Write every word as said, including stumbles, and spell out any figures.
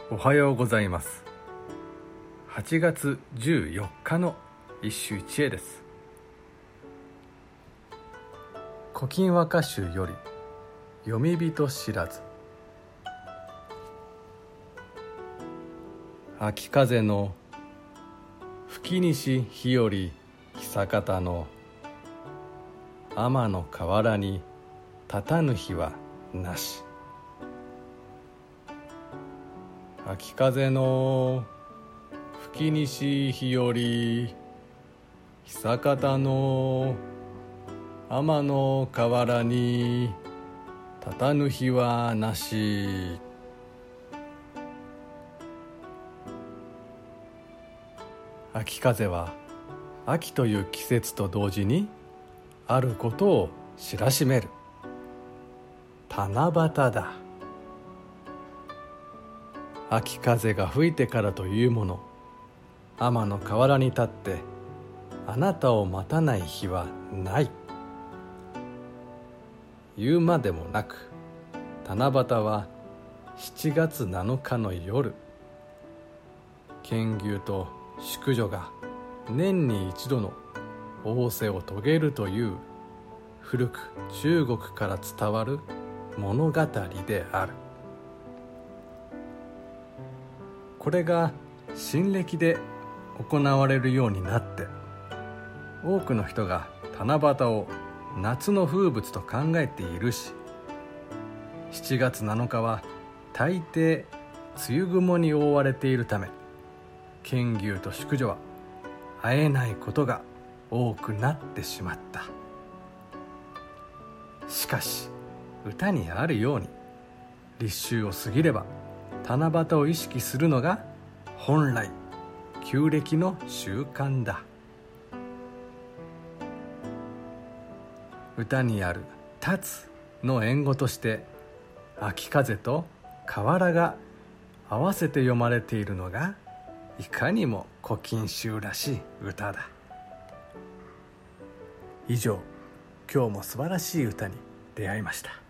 おはようございます。はちがつじゅうよっかの一首一会です。古今和歌集より読み人知らず。秋風の吹き西日より久方の天の河原に立たぬ日はなし。秋風の吹き西日より久方の天の河原に立たぬ日はなし。秋風は秋という季節と同時にあることを知らしめる七夕だ。秋風が吹いてからというもの、天の河原に立ってあなたを待たない日はない。言うまでもなく、七夕はしちがつなのかの夜、牽牛と淑女が年に一度の仰せを遂げるという古く中国から伝わる物語である。これが新暦で行われるようになって、多くの人が七夕を夏の風物と考えているし、しちがつなのかは大抵梅雨雲に覆われているため、牽牛と淑女は会えないことが多くなってしまった。しかし歌にあるように、立秋を過ぎれば七夕を意識するのが本来旧暦の習慣だ。歌にある立つの縁語として、秋風と河原が合わせて読まれているのがいかにも古今集らしい歌だ。以上、今日も素晴らしい歌に出会いました。